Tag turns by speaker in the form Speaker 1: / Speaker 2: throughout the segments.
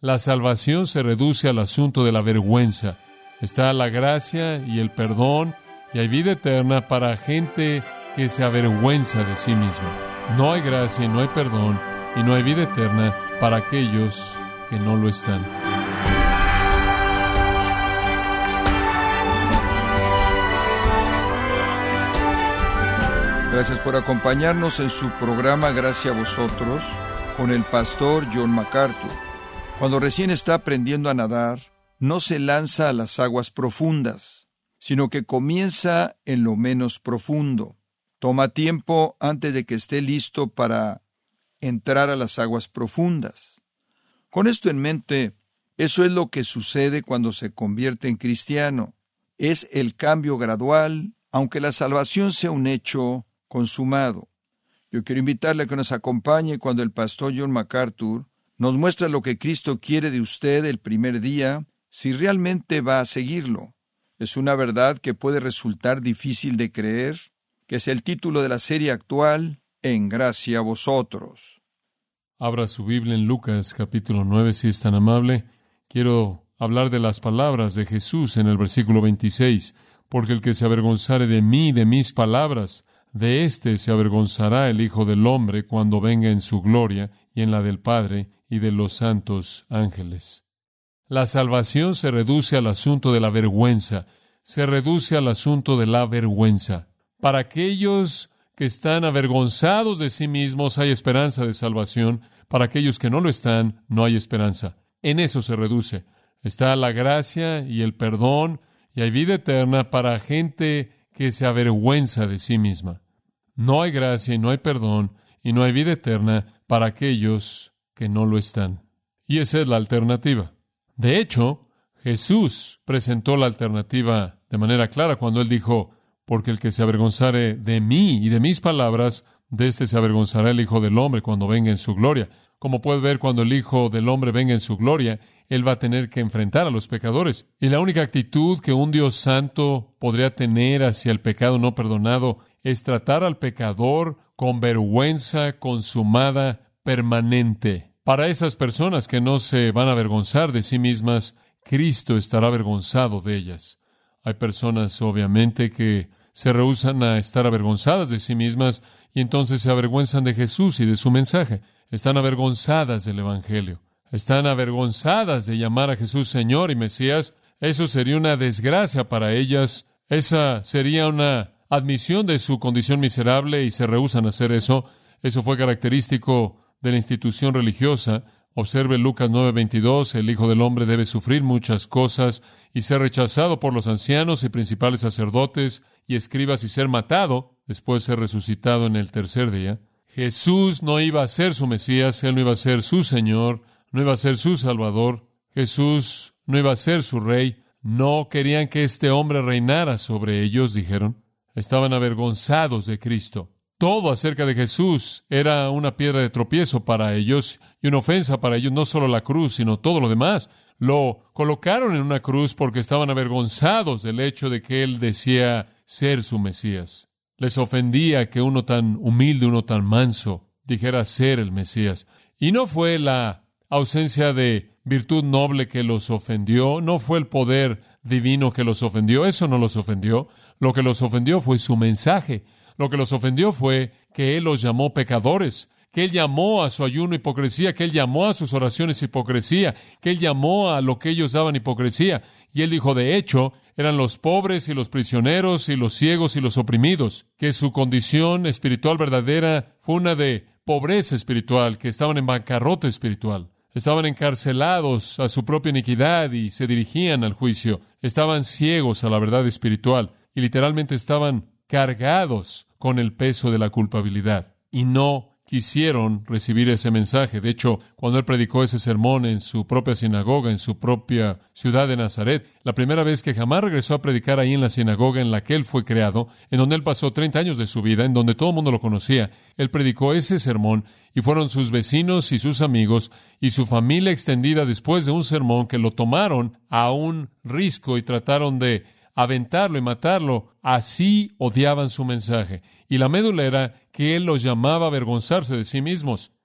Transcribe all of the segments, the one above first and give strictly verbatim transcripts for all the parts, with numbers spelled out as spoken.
Speaker 1: La salvación se reduce al asunto de la vergüenza. Está la gracia y el perdón, y hay vida eterna para gente que se avergüenza de sí misma. No hay gracia y no hay perdón, y no hay vida eterna para aquellos que no lo están.
Speaker 2: Gracias por acompañarnos en su programa Gracias a Vosotros con el pastor John MacArthur. Cuando recién está aprendiendo a nadar, no se lanza a las aguas profundas, sino que comienza en lo menos profundo. Toma tiempo antes de que esté listo para entrar a las aguas profundas. Con esto en mente, eso es lo que sucede cuando se convierte en cristiano. Es el cambio gradual, aunque la salvación sea un hecho consumado. Yo quiero invitarle a que nos acompañe cuando el pastor John MacArthur nos muestra lo que Cristo quiere de usted el primer día, si realmente va a seguirlo. Es una verdad que puede resultar difícil de creer, que es el título de la serie actual, En Gracia a Vosotros.
Speaker 1: Abra su Biblia en Lucas capítulo nueve, si es tan amable. Quiero hablar de las palabras de Jesús en el versículo veintiséis. Porque el que se avergonzare de mí y de mis palabras, de éste se avergonzará el Hijo del Hombre cuando venga en su gloria y en la del Padre y de los santos ángeles. La salvación se reduce al asunto de la vergüenza, se reduce al asunto de la vergüenza. Para aquellos que están avergonzados de sí mismos hay esperanza de salvación, para aquellos que no lo están no hay esperanza. En eso se reduce. Está la gracia y el perdón y hay vida eterna para gente que se avergüenza de sí misma. No hay gracia y no hay perdón y no hay vida eterna para aquellos que no lo están. Y esa es la alternativa. De hecho, Jesús presentó la alternativa de manera clara cuando Él dijo, porque el que se avergonzare de mí y de mis palabras, de éste se avergonzará el Hijo del Hombre cuando venga en su gloria. Como puede ver, cuando el Hijo del Hombre venga en su gloria, Él va a tener que enfrentar a los pecadores. Y la única actitud que un Dios santo podría tener hacia el pecado no perdonado es tratar al pecador con vergüenza consumada permanente. Para esas personas que no se van a avergonzar de sí mismas, Cristo estará avergonzado de ellas. Hay personas, obviamente, que se rehúsan a estar avergonzadas de sí mismas y entonces se avergüenzan de Jesús y de su mensaje. Están avergonzadas del Evangelio. Están avergonzadas de llamar a Jesús Señor y Mesías. Eso sería una desgracia para ellas. Esa sería una admisión de su condición miserable y se rehúsan a hacer eso. Eso fue característico de la institución religiosa. Observe Lucas nueve veintidós, el Hijo del Hombre debe sufrir muchas cosas y ser rechazado por los ancianos y principales sacerdotes y escribas y ser matado, después ser resucitado en el tercer día. Jesús no iba a ser su Mesías, Él no iba a ser su Señor, no iba a ser su Salvador. Jesús no iba a ser su Rey. No querían que este hombre reinara sobre ellos, dijeron. Estaban avergonzados de Cristo. Todo acerca de Jesús era una piedra de tropiezo para ellos y una ofensa para ellos, no solo la cruz, sino todo lo demás. Lo colocaron en una cruz porque estaban avergonzados del hecho de que Él decía ser su Mesías. Les ofendía que uno tan humilde, uno tan manso, dijera ser el Mesías. Y no fue la ausencia de virtud noble que los ofendió, no fue el poder divino que los ofendió, eso no los ofendió. Lo que los ofendió fue su mensaje. Lo que los ofendió fue que Él los llamó pecadores, que Él llamó a su ayuno hipocresía, que Él llamó a sus oraciones hipocresía, que Él llamó a lo que ellos daban hipocresía. Y Él dijo, de hecho, eran los pobres y los prisioneros y los ciegos y los oprimidos, que su condición espiritual verdadera fue una de pobreza espiritual, que estaban en bancarrota espiritual. Estaban encarcelados a su propia iniquidad y se dirigían al juicio. Estaban ciegos a la verdad espiritual y literalmente estaban cargados con el peso de la culpabilidad. Y no quisieron recibir ese mensaje. De hecho, cuando Él predicó ese sermón en su propia sinagoga, en su propia ciudad de Nazaret, la primera vez que jamás regresó a predicar ahí en la sinagoga en la que Él fue creado, en donde Él pasó treinta años de su vida, en donde todo el mundo lo conocía, Él predicó ese sermón y fueron sus vecinos y sus amigos y su familia extendida después de un sermón que lo tomaron a un risco y trataron de aventarlo y matarlo. Así odiaban su mensaje. Y la médula era que Él los llamaba a avergonzarse de sí mismos.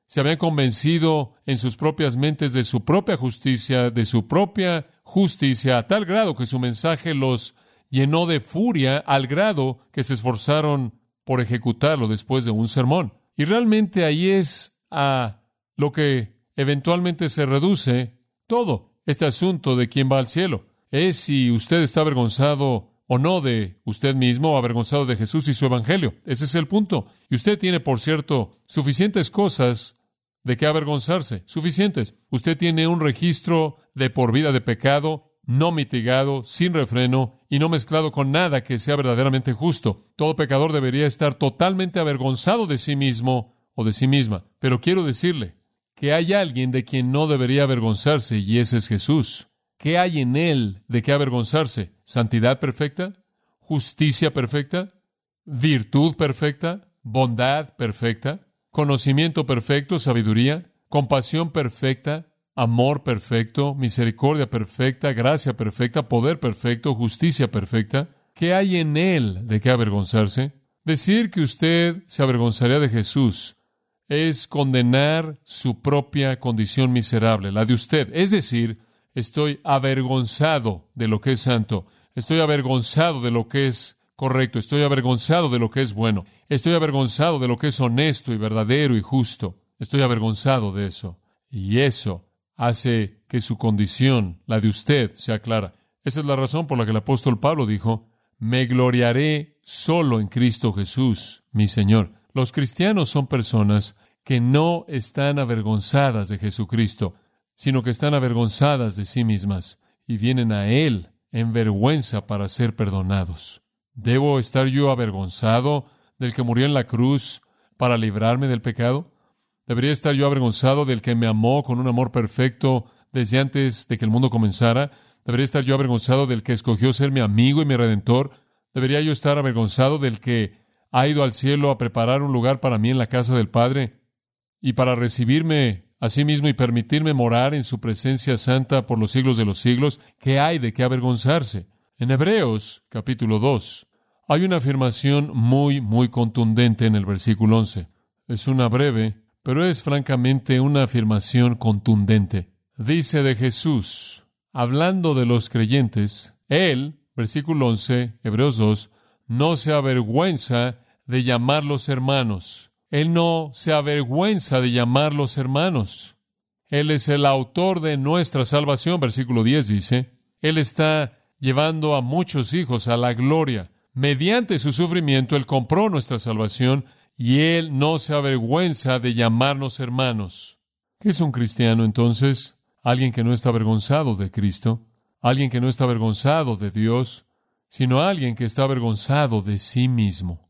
Speaker 1: se habían convencido en sus propias mentes de su propia justicia, de su propia justicia, a tal grado que su mensaje los llenó de furia, al grado que se esforzaron por ejecutarlo después de un sermón. Y realmente ahí es a lo que eventualmente se reduce todo este asunto de quién va al cielo. Es si usted está avergonzado o no de usted mismo, o avergonzado de Jesús y su evangelio. Ese es el punto. Y usted tiene, por cierto, suficientes cosas de qué avergonzarse. Suficientes. Usted tiene un registro de por vida de pecado, no mitigado, sin refreno y no mezclado con nada que sea verdaderamente justo. Todo pecador debería estar totalmente avergonzado de sí mismo o de sí misma. Pero quiero decirle que hay alguien de quien no debería avergonzarse, y ese es Jesús. ¿Qué hay en Él de qué avergonzarse? ¿Santidad perfecta? ¿Justicia perfecta? ¿Virtud perfecta? ¿Bondad perfecta? ¿Conocimiento perfecto? ¿Sabiduría? ¿Compasión perfecta? ¿Amor perfecto? ¿Misericordia perfecta? ¿Gracia perfecta? ¿Poder perfecto? ¿Justicia perfecta? ¿Qué hay en Él de qué avergonzarse? Decir que usted se avergonzaría de Jesús es condenar su propia condición miserable, la de usted. Es decir, estoy avergonzado de lo que es santo. Estoy avergonzado de lo que es correcto. Estoy avergonzado de lo que es bueno. Estoy avergonzado de lo que es honesto y verdadero y justo. Estoy avergonzado de eso. Y eso hace que su condición, la de usted, sea clara. Esa es la razón por la que el apóstol Pablo dijo, me gloriaré solo en Cristo Jesús, mi Señor. Los cristianos son personas que no están avergonzadas de Jesucristo, sino que están avergonzadas de sí mismas y vienen a Él en vergüenza para ser perdonados. ¿Debo estar yo avergonzado del que murió en la cruz para librarme del pecado? ¿Debería estar yo avergonzado del que me amó con un amor perfecto desde antes de que el mundo comenzara? ¿Debería estar yo avergonzado del que escogió ser mi amigo y mi redentor? ¿Debería yo estar avergonzado del que ha ido al cielo a preparar un lugar para mí en la casa del Padre y para recibirme a sí mismo y permitirme morar en su presencia santa por los siglos de los siglos? ¿Qué hay de qué avergonzarse? En Hebreos, capítulo dos, hay una afirmación muy, muy contundente en el versículo once. Es una breve, pero es francamente una afirmación contundente. Dice de Jesús, hablando de los creyentes, Él, versículo once, Hebreos dos, no se avergüenza de llamarlos hermanos. Él no se avergüenza de llamarlos hermanos. Él es el autor de nuestra salvación, versículo diez dice. Él está llevando a muchos hijos a la gloria. Mediante su sufrimiento, Él compró nuestra salvación y Él no se avergüenza de llamarnos hermanos. ¿Qué es un cristiano entonces? Alguien que no está avergonzado de Cristo, alguien que no está avergonzado de Dios, sino alguien que está avergonzado de sí mismo.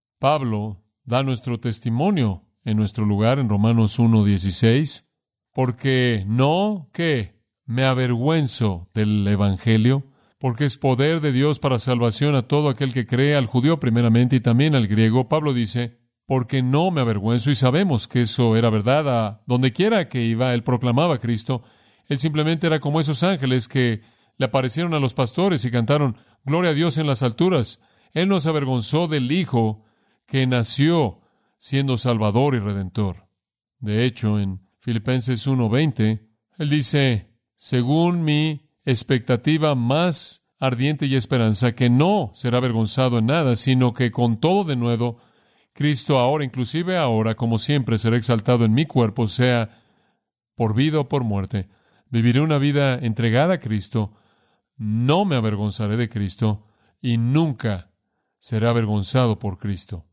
Speaker 1: Pablo da nuestro testimonio en nuestro lugar en Romanos uno dieciséis, porque no que me avergüenzo del Evangelio, porque es poder de Dios para salvación a todo aquel que cree, al judío primeramente y también al griego. Pablo dice, porque no me avergüenzo, y sabemos que eso era verdad. A donde quiera que iba, él proclamaba a Cristo. Él simplemente era como esos ángeles que le aparecieron a los pastores y cantaron, gloria a Dios en las alturas. Él no se avergonzó del Hijo que nació siendo Salvador y Redentor. De hecho, en Filipenses uno veinte, él dice, según mi expectativa más ardiente y esperanza, que no será avergonzado en nada, sino que con todo de nuevo, Cristo ahora, inclusive ahora, como siempre, será exaltado en mi cuerpo, sea por vida o por muerte. Viviré una vida entregada a Cristo, no me avergonzaré de Cristo y nunca será avergonzado por Cristo.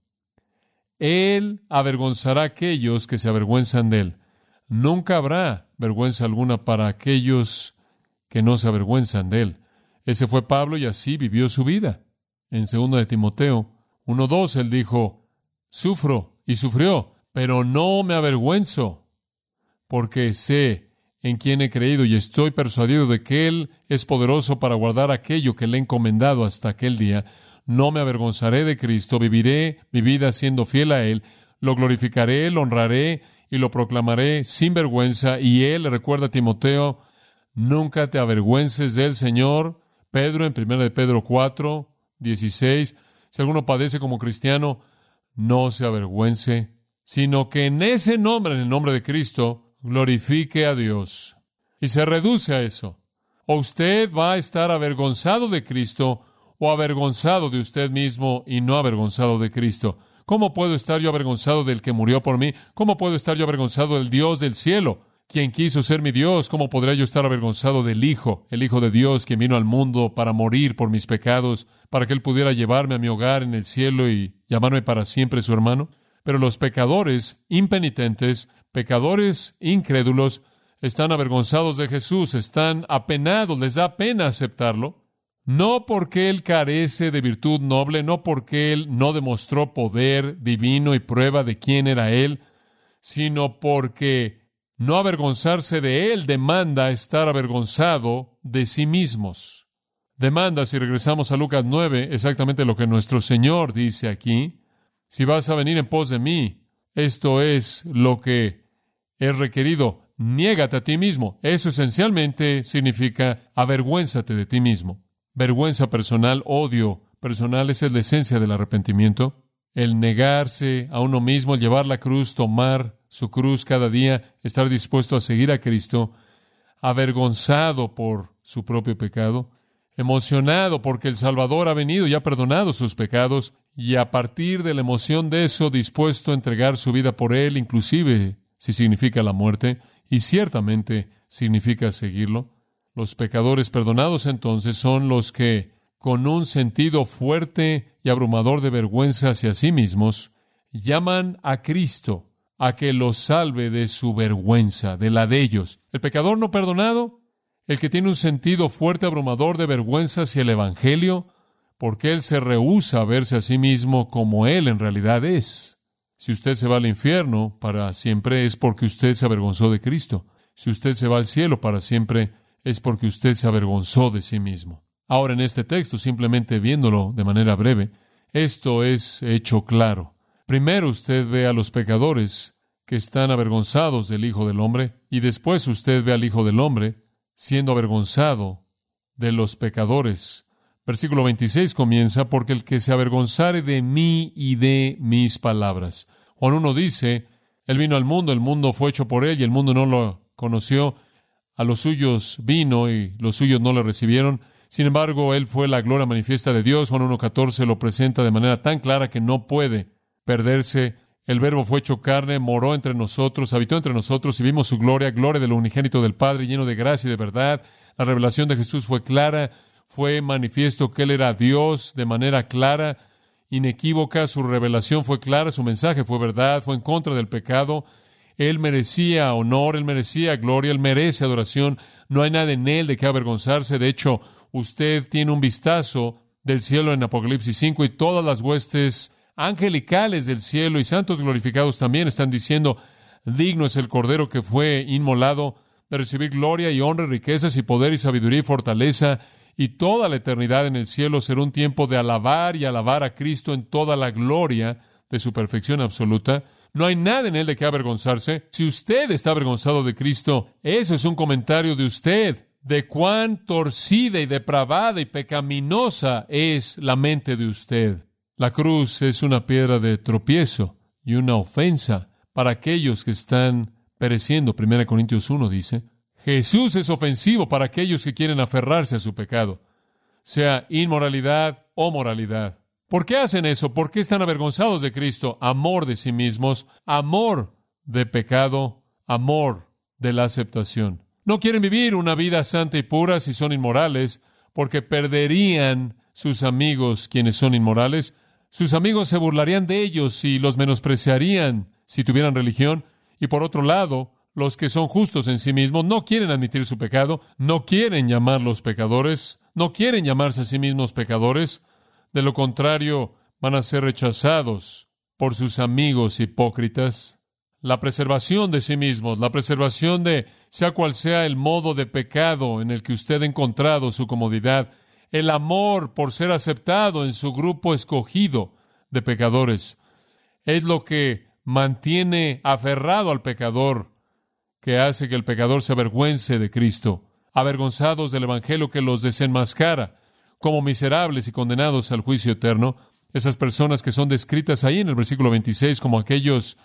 Speaker 1: Él avergonzará a aquellos que se avergüenzan de Él. Nunca habrá vergüenza alguna para aquellos que no se avergüenzan de Él. Ese fue Pablo y así vivió su vida. En segunda de Timoteo uno dos, él dijo, sufro y sufrió, pero no me avergüenzo, porque sé en quién he creído y estoy persuadido de que Él es poderoso para guardar aquello que le he encomendado hasta aquel día. No me avergonzaré de Cristo, viviré mi vida siendo fiel a Él, lo glorificaré, lo honraré y lo proclamaré sin vergüenza. Y Él le recuerda a Timoteo, nunca te avergüences del Señor. Pedro, en primera de Pedro cuatro dieciséis, si alguno padece como cristiano, no se avergüence, sino que en ese nombre, en el nombre de Cristo, glorifique a Dios. Y se reduce a eso. O usted va a estar avergonzado de Cristo o avergonzado de usted mismo y no avergonzado de Cristo. ¿Cómo puedo estar yo avergonzado del que murió por mí? ¿Cómo puedo estar yo avergonzado del Dios del cielo, quien quiso ser mi Dios? ¿Cómo podría yo estar avergonzado del Hijo, el Hijo de Dios, quien vino al mundo para morir por mis pecados, para que Él pudiera llevarme a mi hogar en el cielo y llamarme para siempre su hermano? Pero los pecadores impenitentes, pecadores incrédulos, están avergonzados de Jesús, están apenados, les da pena aceptarlo. No porque Él carece de virtud noble, no porque Él no demostró poder divino y prueba de quién era Él, sino porque no avergonzarse de Él demanda estar avergonzado de sí mismos. Demanda, si regresamos a Lucas nueve, exactamente lo que nuestro Señor dice aquí. Si vas a venir en pos de mí, esto es lo que es requerido. Niégate a ti mismo. Eso esencialmente significa avergüénzate de ti mismo. Vergüenza personal, odio personal, esa es la esencia del arrepentimiento. El negarse a uno mismo, el llevar la cruz, tomar su cruz cada día, estar dispuesto a seguir a Cristo, avergonzado por su propio pecado, emocionado porque el Salvador ha venido y ha perdonado sus pecados, y a partir de la emoción de eso, dispuesto a entregar su vida por Él, inclusive si significa la muerte, y ciertamente significa seguirlo. Los pecadores perdonados entonces son los que, con un sentido fuerte y abrumador de vergüenza hacia sí mismos, llaman a Cristo a que los salve de su vergüenza, de la de ellos. El pecador no perdonado, el que tiene un sentido fuerte, abrumador de vergüenza hacia el Evangelio, porque él se rehúsa a verse a sí mismo como él en realidad es. Si usted se va al infierno para siempre, es porque usted se avergonzó de Cristo. Si usted se va al cielo para siempre, es porque usted se avergonzó de sí mismo. Ahora, en este texto, simplemente viéndolo de manera breve, esto es hecho claro. Primero usted ve a los pecadores que están avergonzados del Hijo del Hombre, y después usted ve al Hijo del Hombre siendo avergonzado de los pecadores. Versículo veintiséis comienza, porque el que se avergonzare de mí y de mis palabras. Juan uno dice, Él vino al mundo, el mundo fue hecho por Él, y el mundo no lo conoció. A los suyos vino, y los suyos no le recibieron. Sin embargo, Él fue la gloria manifiesta de Dios. Juan uno catorce lo presenta de manera tan clara que no puede perderse. El Verbo fue hecho carne, moró entre nosotros, habitó entre nosotros, y vimos su gloria, gloria de lo unigénito del Padre, lleno de gracia y de verdad. La revelación de Jesús fue clara. Fue manifiesto que Él era Dios de manera clara, inequívoca. Su revelación fue clara, su mensaje fue verdad, fue en contra del pecado. Él merecía honor, Él merecía gloria, Él merece adoración. No hay nada en Él de qué avergonzarse. De hecho, usted tiene un vistazo del cielo en Apocalipsis cinco, y todas las huestes angelicales del cielo y santos glorificados también están diciendo, digno es el Cordero que fue inmolado de recibir gloria y honra, riquezas y poder y sabiduría y fortaleza. Y toda la eternidad en el cielo será un tiempo de alabar y alabar a Cristo en toda la gloria de su perfección absoluta. No hay nada en Él de qué avergonzarse. Si usted está avergonzado de Cristo, eso es un comentario de usted, de cuán torcida y depravada y pecaminosa es la mente de usted. La cruz es una piedra de tropiezo y una ofensa para aquellos que están pereciendo. Primera Corintios uno dice, Jesús es ofensivo para aquellos que quieren aferrarse a su pecado, sea inmoralidad o moralidad. ¿Por qué hacen eso? ¿Por qué están avergonzados de Cristo? Amor de sí mismos, amor de pecado, amor de la aceptación. No quieren vivir una vida santa y pura si son inmorales, porque perderían sus amigos quienes son inmorales. Sus amigos se burlarían de ellos y los menospreciarían si tuvieran religión. Y por otro lado, los que son justos en sí mismos no quieren admitir su pecado, no quieren llamarlos pecadores, no quieren llamarse a sí mismos pecadores. De lo contrario, van a ser rechazados por sus amigos hipócritas. La preservación de sí mismos, la preservación de sea cual sea el modo de pecado en el que usted ha encontrado su comodidad, el amor por ser aceptado en su grupo escogido de pecadores, es lo que mantiene aferrado al pecador, que hace que el pecador se avergüence de Cristo, avergonzados del Evangelio que los desenmascara como miserables y condenados al juicio eterno. Esas personas que son descritas ahí en el versículo veintiséis como aquellos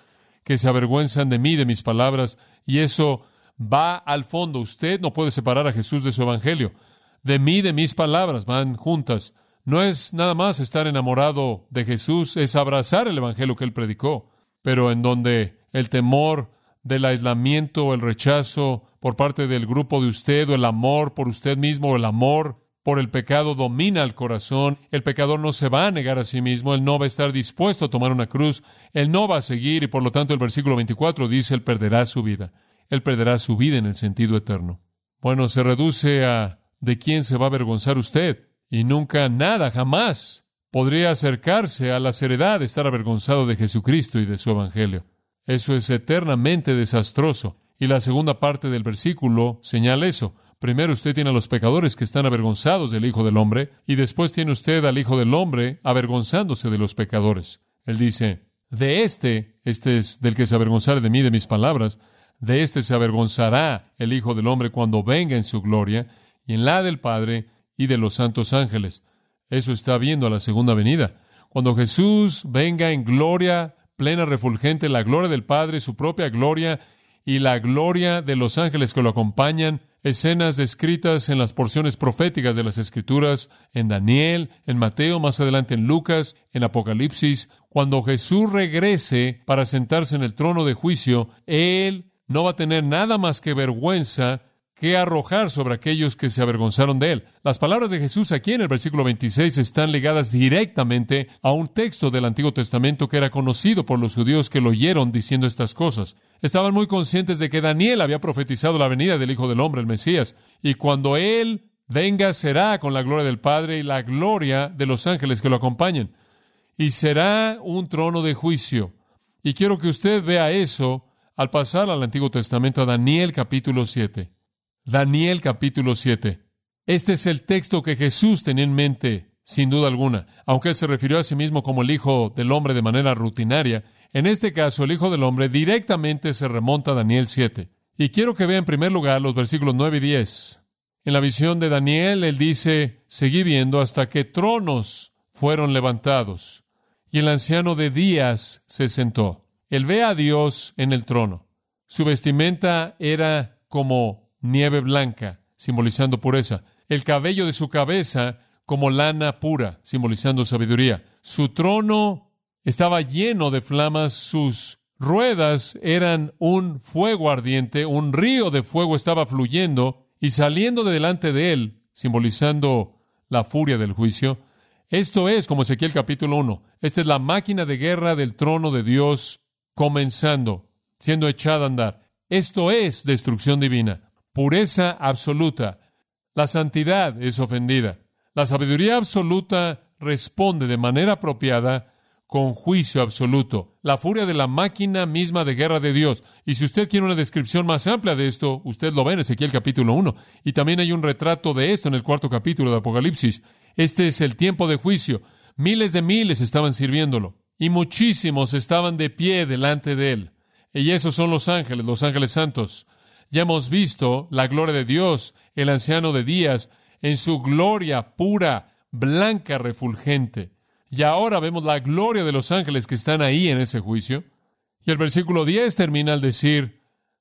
Speaker 1: que se avergüenzan de mí, de mis palabras, y eso va al fondo. Usted no puede separar a Jesús de su evangelio. De mí, de mis palabras, van juntas. No es nada más estar enamorado de Jesús, es abrazar el evangelio que Él predicó, pero en donde el temor del aislamiento, el rechazo por parte del grupo de usted, o el amor por usted mismo, o el amor por el pecado domina el corazón, el pecador no se va a negar a sí mismo, él no va a estar dispuesto a tomar una cruz, él no va a seguir, y por lo tanto el versículo veinticuatro dice, él perderá su vida. Él perderá su vida en el sentido eterno. Bueno, se reduce a ¿de quién se va a avergonzar usted? Y nunca, nada, jamás podría acercarse a la seriedad de estar avergonzado de Jesucristo y de su evangelio. Eso es eternamente desastroso. Y la segunda parte del versículo señala eso. Primero usted tiene a los pecadores que están avergonzados del Hijo del Hombre, y después tiene usted al Hijo del Hombre avergonzándose de los pecadores. Él dice, de este, este es del que se avergonzare de mí, de mis palabras, de este se avergonzará el Hijo del Hombre cuando venga en su gloria, y en la del Padre y de los santos ángeles. Eso está viendo a la segunda venida. Cuando Jesús venga en gloria plena, refulgente, la gloria del Padre, su propia gloria, y la gloria de los ángeles que lo acompañan, escenas descritas en las porciones proféticas de las Escrituras, en Daniel, en Mateo, más adelante en Lucas, en Apocalipsis. Cuando Jesús regrese para sentarse en el trono de juicio, Él no va a tener nada más que vergüenza que arrojar sobre aquellos que se avergonzaron de Él. Las palabras de Jesús aquí en el versículo veintiséis están ligadas directamente a un texto del Antiguo Testamento que era conocido por los judíos que lo oyeron diciendo estas cosas. Estaban muy conscientes de que Daniel había profetizado la venida del Hijo del Hombre, el Mesías, y cuando Él venga será con la gloria del Padre y la gloria de los ángeles que lo acompañan. Y será un trono de juicio. Y quiero que usted vea eso al pasar al Antiguo Testamento, a Daniel capítulo siete. Daniel capítulo siete. Este es el texto que Jesús tenía en mente, sin duda alguna. Aunque Él se refirió a sí mismo como el Hijo del Hombre de manera rutinaria, en este caso el Hijo del Hombre directamente se remonta a Daniel siete. Y quiero que vea en primer lugar los versículos nueve y diez. En la visión de Daniel, él dice, seguí viendo hasta que tronos fueron levantados, y el anciano de días se sentó. Él ve a Dios en el trono. Su vestimenta era como nieve blanca, simbolizando pureza. El cabello de su cabeza como lana pura, simbolizando sabiduría. Su trono estaba lleno de flamas, sus ruedas eran un fuego ardiente, un río de fuego estaba fluyendo y saliendo de delante de él, simbolizando la furia del juicio. Esto es como Ezequiel capítulo uno. Esta es la máquina de guerra del trono de Dios comenzando, siendo echada a andar. Esto es destrucción divina. Pureza absoluta. La santidad es ofendida. La sabiduría absoluta responde de manera apropiada con juicio absoluto. La furia de la máquina misma de guerra de Dios. Y si usted quiere una descripción más amplia de esto, usted lo ve en Ezequiel capítulo uno. Y también hay un retrato de esto en el cuarto capítulo de Apocalipsis. Este es el tiempo de juicio. Miles de miles estaban sirviéndolo. Y muchísimos estaban de pie delante de él. Y esos son los ángeles, los ángeles santos. Ya hemos visto la gloria de Dios, el anciano de días, en su gloria pura, blanca, refulgente. Y ahora vemos la gloria de los ángeles que están ahí en ese juicio. Y el versículo diez termina al decir,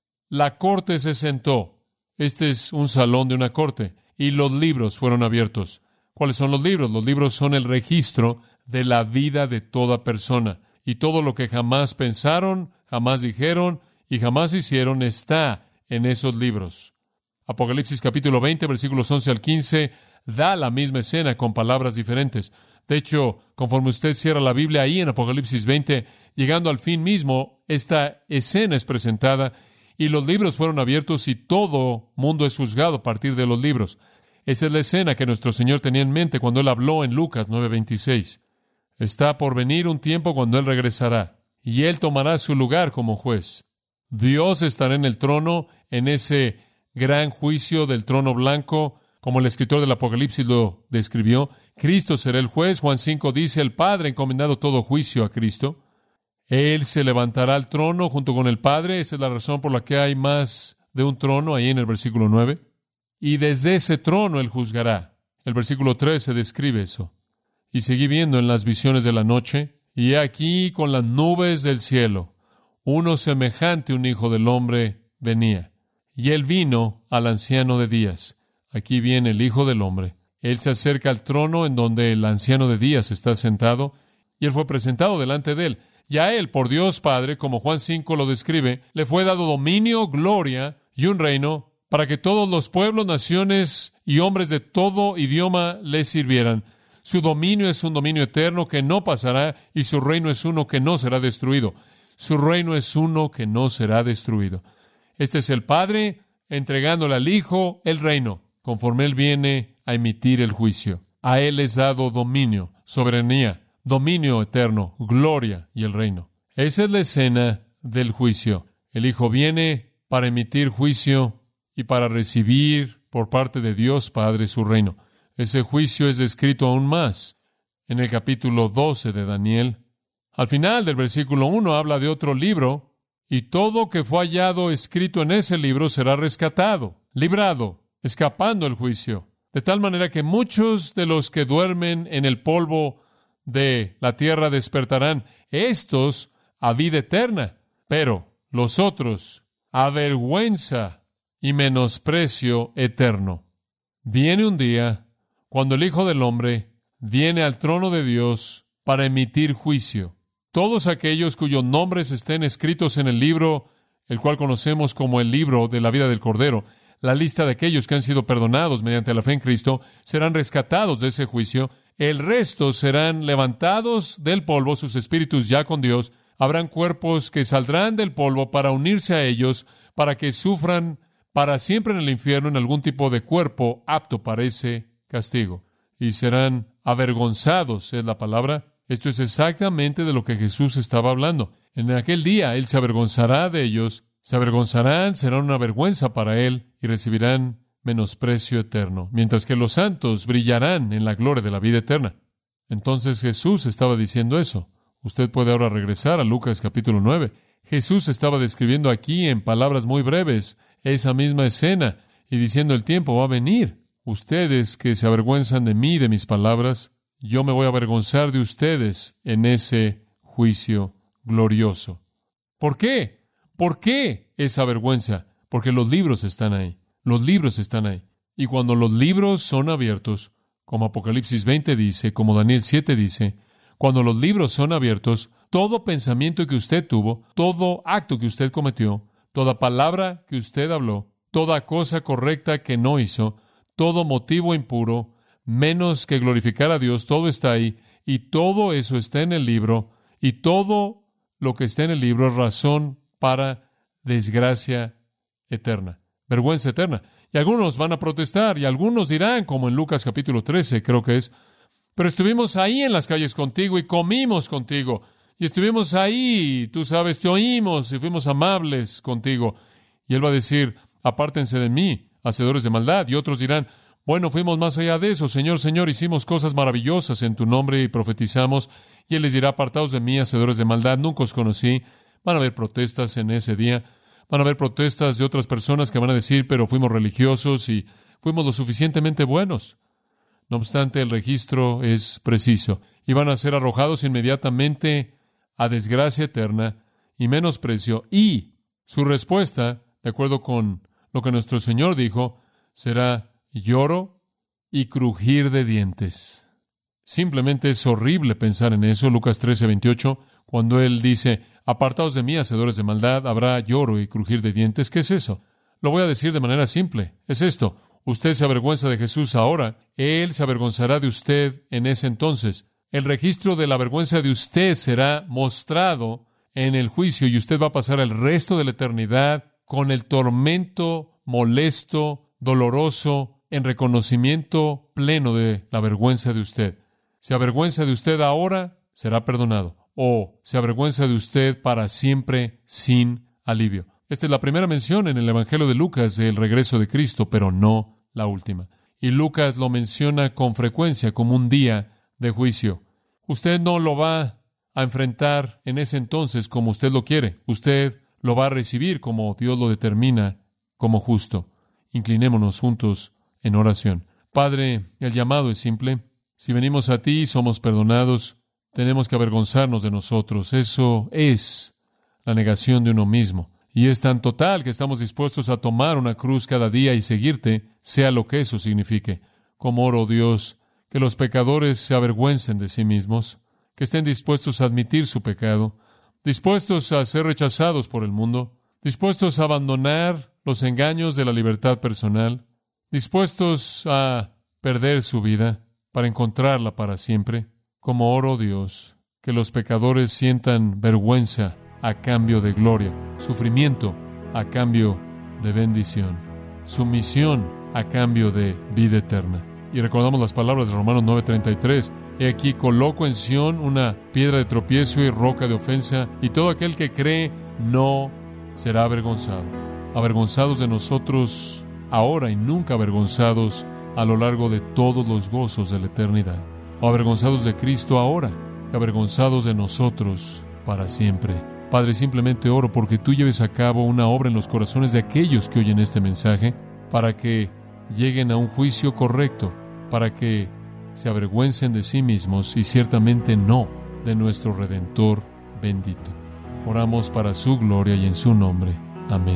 Speaker 1: la corte se sentó. Este es un salón de una corte. Y los libros fueron abiertos. ¿Cuáles son los libros? Los libros son el registro de la vida de toda persona. Y todo lo que jamás pensaron, jamás dijeron y jamás hicieron está en esos libros. Apocalipsis capítulo veinte, versículos once al quince, da la misma escena con palabras diferentes. De hecho, conforme usted cierra la Biblia ahí en Apocalipsis veinte, llegando al fin mismo, esta escena es presentada y los libros fueron abiertos y todo mundo es juzgado a partir de los libros. Esa es la escena que nuestro Señor tenía en mente cuando Él habló en Lucas nueve veintiséis. Está por venir un tiempo cuando Él regresará y Él tomará su lugar como juez. Dios estará en el trono, en ese gran juicio del trono blanco, como el escritor del Apocalipsis lo describió. Cristo será el juez. Juan cinco dice, el Padre ha encomendado todo juicio a Cristo. Él se levantará al trono junto con el Padre. Esa es la razón por la que hay más de un trono, ahí en el versículo nueve. Y desde ese trono Él juzgará. El versículo trece describe eso. Y seguí viendo en las visiones de la noche, y he aquí con las nubes del cielo uno semejante a un hijo del hombre venía. Y él vino al anciano de días. Aquí viene el Hijo del Hombre. Él se acerca al trono en donde el anciano de días está sentado, y él fue presentado delante de él. Y a él, por Dios Padre, como Juan cinco lo describe, le fue dado dominio, gloria y un reino para que todos los pueblos, naciones y hombres de todo idioma le sirvieran. Su dominio es un dominio eterno que no pasará, y su reino es uno que no será destruido. Su reino es uno que no será destruido. Este es el Padre entregándole al Hijo el reino, conforme Él viene a emitir el juicio. A Él es dado dominio, soberanía, dominio eterno, gloria y el reino. Esa es la escena del juicio. El Hijo viene para emitir juicio y para recibir por parte de Dios Padre su reino. Ese juicio es descrito aún más en el capítulo doce de Daniel. Al final del versículo uno habla de otro libro, y todo que fue hallado escrito en ese libro será rescatado, librado, escapando el juicio, de tal manera que muchos de los que duermen en el polvo de la tierra despertarán, estos a vida eterna, pero los otros a vergüenza y menosprecio eterno. Viene un día cuando el Hijo del Hombre viene al trono de Dios para emitir juicio. Todos aquellos cuyos nombres estén escritos en el libro, el cual conocemos como el libro de la vida del Cordero, la lista de aquellos que han sido perdonados mediante la fe en Cristo, serán rescatados de ese juicio. El resto serán levantados del polvo, sus espíritus ya con Dios. Habrán cuerpos que saldrán del polvo para unirse a ellos, para que sufran para siempre en el infierno en algún tipo de cuerpo apto para ese castigo. Y serán avergonzados, es la palabra. Esto es exactamente de lo que Jesús estaba hablando. En aquel día Él se avergonzará de ellos, se avergonzarán, serán una vergüenza para Él y recibirán menosprecio eterno, mientras que los santos brillarán en la gloria de la vida eterna. Entonces Jesús estaba diciendo eso. Usted puede ahora regresar a Lucas capítulo nueve. Jesús estaba describiendo aquí en palabras muy breves esa misma escena y diciendo: el tiempo va a venir. Ustedes que se avergüenzan de mí y de mis palabras, yo me voy a avergonzar de ustedes en ese juicio glorioso. ¿Por qué? ¿Por qué esa vergüenza? Porque los libros están ahí. Los libros están ahí. Y cuando los libros son abiertos, como Apocalipsis veinte dice, como Daniel siete dice, cuando los libros son abiertos, todo pensamiento que usted tuvo, todo acto que usted cometió, toda palabra que usted habló, toda cosa correcta que no hizo, todo motivo impuro, menos que glorificar a Dios, todo está ahí, y todo eso está en el libro, y todo lo que está en el libro es razón para desgracia eterna, vergüenza eterna. Y algunos van a protestar, y algunos dirán, como en Lucas capítulo trece, creo que es, pero estuvimos ahí en las calles contigo, y comimos contigo, y estuvimos ahí, tú sabes, te oímos, y fuimos amables contigo. Y Él va a decir: apártense de mí, hacedores de maldad. Y otros dirán: bueno, fuimos más allá de eso. Señor, Señor, hicimos cosas maravillosas en tu nombre y profetizamos. Y Él les dirá: apartaos de mí, hacedores de maldad, nunca os conocí. Van a haber protestas en ese día. Van a haber protestas de otras personas que van a decir: pero fuimos religiosos y fuimos lo suficientemente buenos. No obstante, el registro es preciso. Y van a ser arrojados inmediatamente a desgracia eterna y menosprecio. Y su respuesta, de acuerdo con lo que nuestro Señor dijo, será lloro y crujir de dientes. Simplemente es horrible pensar en eso. Lucas trece veintiocho, cuando Él dice: apartaos de mí, hacedores de maldad, habrá lloro y crujir de dientes. ¿Qué es eso? Lo voy a decir de manera simple. Es esto: usted se avergüenza de Jesús ahora, Él se avergonzará de usted en ese entonces. El registro de la vergüenza de usted será mostrado en el juicio, y usted va a pasar el resto de la eternidad con el tormento molesto, doloroso, en reconocimiento pleno de la vergüenza de usted. Se avergüenza de usted ahora, será perdonado. O se avergüenza de usted para siempre sin alivio. Esta es la primera mención en el Evangelio de Lucas del regreso de Cristo, pero no la última. Y Lucas lo menciona con frecuencia como un día de juicio. Usted no lo va a enfrentar en ese entonces como usted lo quiere. Usted lo va a recibir como Dios lo determina, como justo. Inclinémonos juntos en oración. Padre, el llamado es simple. Si venimos a ti y somos perdonados, tenemos que avergonzarnos de nosotros. Eso es la negación de uno mismo. Y es tan total que estamos dispuestos a tomar una cruz cada día y seguirte, sea lo que eso signifique. Como oro, Dios, que los pecadores se avergüencen de sí mismos, que estén dispuestos a admitir su pecado, dispuestos a ser rechazados por el mundo, dispuestos a abandonar los engaños de la libertad personal, dispuestos a perder su vida para encontrarla para siempre. Como oro, Dios, que los pecadores sientan vergüenza a cambio de gloria, sufrimiento a cambio de bendición, sumisión a cambio de vida eterna. Y recordamos las palabras de Romanos nueve treinta y tres. He aquí coloco en Sión una piedra de tropiezo y roca de ofensa, y todo aquel que cree no será avergonzado. Avergonzados de nosotros ahora y nunca avergonzados a lo largo de todos los gozos de la eternidad. O avergonzados de Cristo ahora, y avergonzados de nosotros para siempre. Padre, simplemente oro porque tú lleves a cabo una obra en los corazones de aquellos que oyen este mensaje, para que lleguen a un juicio correcto, para que se avergüencen de sí mismos y ciertamente no de nuestro Redentor bendito. Oramos para su gloria y en su nombre. Amén.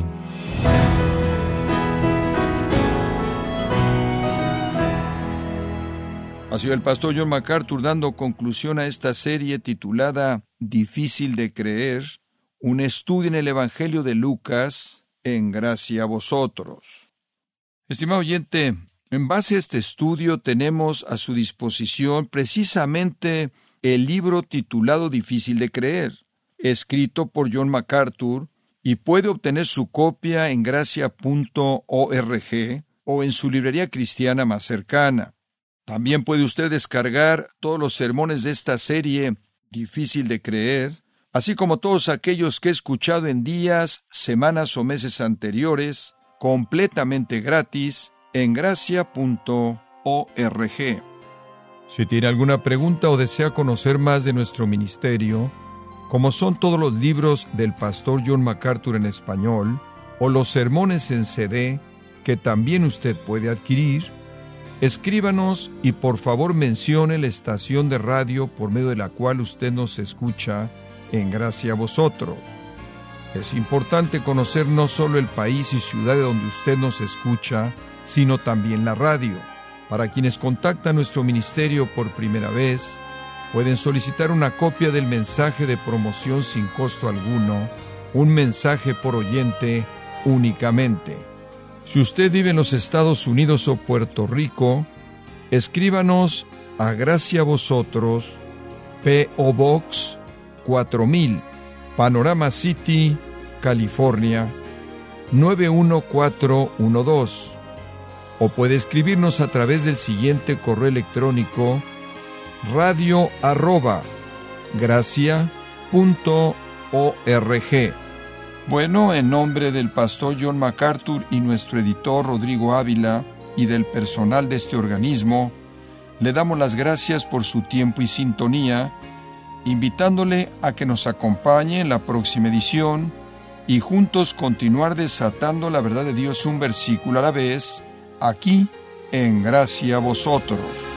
Speaker 2: Ha sido el pastor John MacArthur dando conclusión a esta serie titulada Difícil de creer, un estudio en el Evangelio de Lucas, en gracia a vosotros. Estimado oyente, en base a este estudio tenemos a su disposición precisamente el libro titulado Difícil de creer, escrito por John MacArthur, y puede obtener su copia en gracia punto org o en su librería cristiana más cercana. También puede usted descargar todos los sermones de esta serie Difícil de creer, así como todos aquellos que he escuchado en días, semanas o meses anteriores, completamente gratis, en gracia punto org. Si tiene alguna pregunta o desea conocer más de nuestro ministerio, como son todos los libros del pastor John MacArthur en español, o los sermones en C D, que también usted puede adquirir, escríbanos y por favor mencione la estación de radio por medio de la cual usted nos escucha en gracia a vosotros. Es importante conocer no solo el país y ciudad de donde usted nos escucha, sino también la radio. Para quienes contactan nuestro ministerio por primera vez, pueden solicitar una copia del mensaje de promoción sin costo alguno, un mensaje por oyente únicamente. Si usted vive en los Estados Unidos o Puerto Rico, escríbanos a Gracia a Vosotros, P O Box cuatro mil, Panorama City, California, nueve uno cuatro uno dos. O puede escribirnos a través del siguiente correo electrónico: radio arroba gracia punto org. Bueno, en nombre del pastor John MacArthur y nuestro editor Rodrigo Ávila y del personal de este organismo, le damos las gracias por su tiempo y sintonía, invitándole a que nos acompañe en la próxima edición y juntos continuar desatando la verdad de Dios un versículo a la vez, aquí en Gracia a Vosotros.